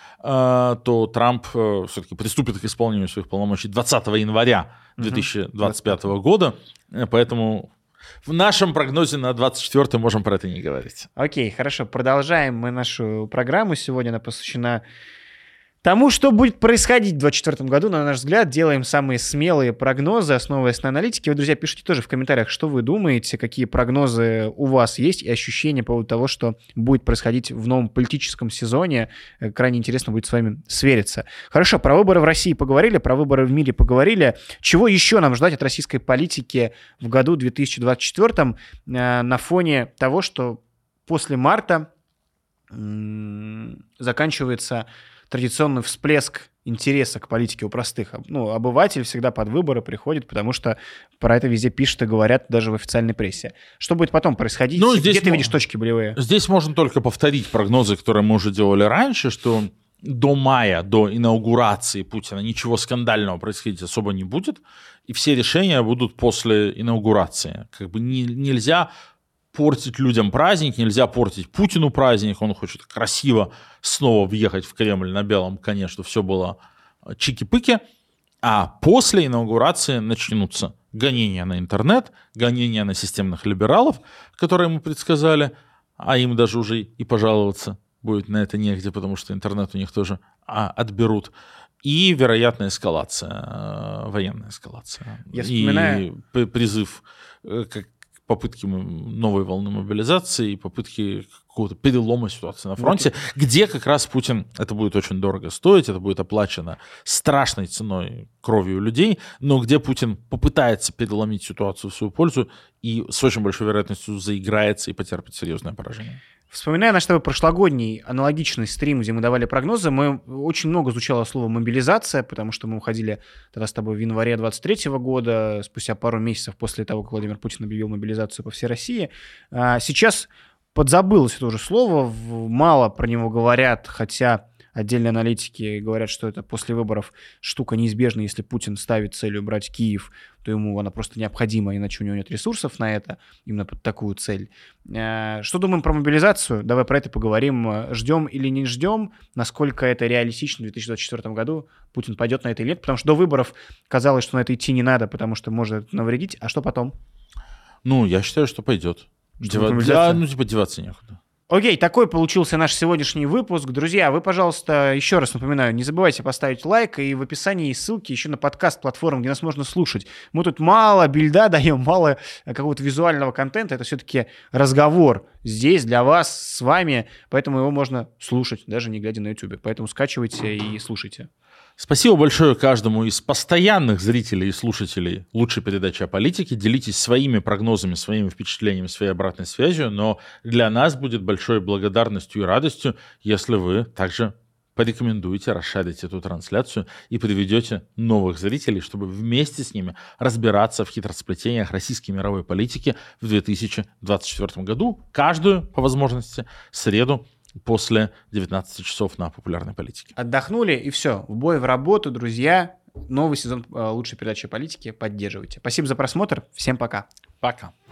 B: то Трамп все-таки приступит к исполнению своих полномочий 20 января 2025 года. Поэтому в нашем прогнозе на 24-й можем про это не говорить.
A: Окей, хорошо. Продолжаем мы нашу программу. Сегодня она посвящена тому, что будет происходить в 2024 году, на наш взгляд, делаем самые смелые прогнозы, основываясь на аналитике. Вы, друзья, пишите тоже в комментариях, что вы думаете, какие прогнозы у вас есть и ощущения по поводу того, что будет происходить в новом политическом сезоне. Крайне интересно будет с вами свериться. Хорошо, про выборы в России поговорили, про выборы в мире поговорили. Чего еще нам ждать от российской политики в году 2024 на фоне того, что после марта заканчивается традиционный всплеск интереса к политике у простых. Обыватель всегда под выборы приходит, потому что про это везде пишут и говорят даже в официальной прессе. Что будет потом происходить? Где ты видишь точки болевые?
B: Здесь можно только повторить прогнозы, которые мы уже делали раньше, что до мая, до инаугурации Путина ничего скандального происходить особо не будет, и все решения будут после инаугурации. Нельзя портить людям праздник, нельзя портить Путину праздник, он хочет красиво снова въехать в Кремль на белом коне, чтобы все было чики-пыки, а после инаугурации начнутся гонения на интернет, гонения на системных либералов, которые мы предсказали, а им даже уже и пожаловаться будет на это негде, потому что интернет у них тоже отберут, и вероятная эскалация, военная эскалация.
A: Я вспоминаю...
B: И призыв к попытки новой волны мобилизации и попытки какого-то перелома ситуации на фронте, где как раз Путин, это будет очень дорого стоить, это будет оплачено страшной ценой, кровью людей, но где Путин попытается переломить ситуацию в свою пользу и с очень большой вероятностью заиграется и потерпит серьезное поражение.
A: Вспоминая наш с тобой прошлогодний аналогичный стрим, где мы давали прогнозы, мы очень много звучало слово «мобилизация», потому что мы уходили тогда с тобой в январе 2023 года, спустя пару месяцев после того, как Владимир Путин объявил мобилизацию по всей России. Сейчас подзабылось это уже слово, мало про него говорят, хотя отдельные аналитики говорят, что это после выборов штука неизбежна. Если Путин ставит целью брать Киев, то ему она просто необходима, иначе у него нет ресурсов на это, именно под такую цель. Что думаем про мобилизацию? Давай про это поговорим. Ждем или не ждем? Насколько это реалистично в 2024 году? Путин пойдет на это или нет? Потому что до выборов казалось, что на это идти не надо, потому что может навредить. А что потом?
B: Я считаю, что пойдет. Деваться некуда.
A: Окей, такой получился наш сегодняшний выпуск. Друзья, вы, пожалуйста, еще раз напоминаю, не забывайте поставить лайк, и в описании ссылки еще на подкаст-платформу, где нас можно слушать. Мы тут мало бильда даем, мало какого-то визуального контента, это все-таки разговор здесь для вас, с вами, поэтому его можно слушать, даже не глядя на YouTube. Поэтому скачивайте и слушайте.
B: Спасибо большое каждому из постоянных зрителей и слушателей лучшей передачи о политике. Делитесь своими прогнозами, своими впечатлениями, своей обратной связью. Но для нас будет большой благодарностью и радостью, если вы также порекомендуете, расшарите эту трансляцию и приведете новых зрителей, чтобы вместе с ними разбираться в хитросплетениях российской мировой политики в 2024 году, каждую, по возможности, среду после 19 часов на популярной политике.
A: Отдохнули, и все. В бой, в работу, друзья. Новый сезон лучшей передачи о политике поддерживайте. Спасибо за просмотр. Всем пока.
B: Пока.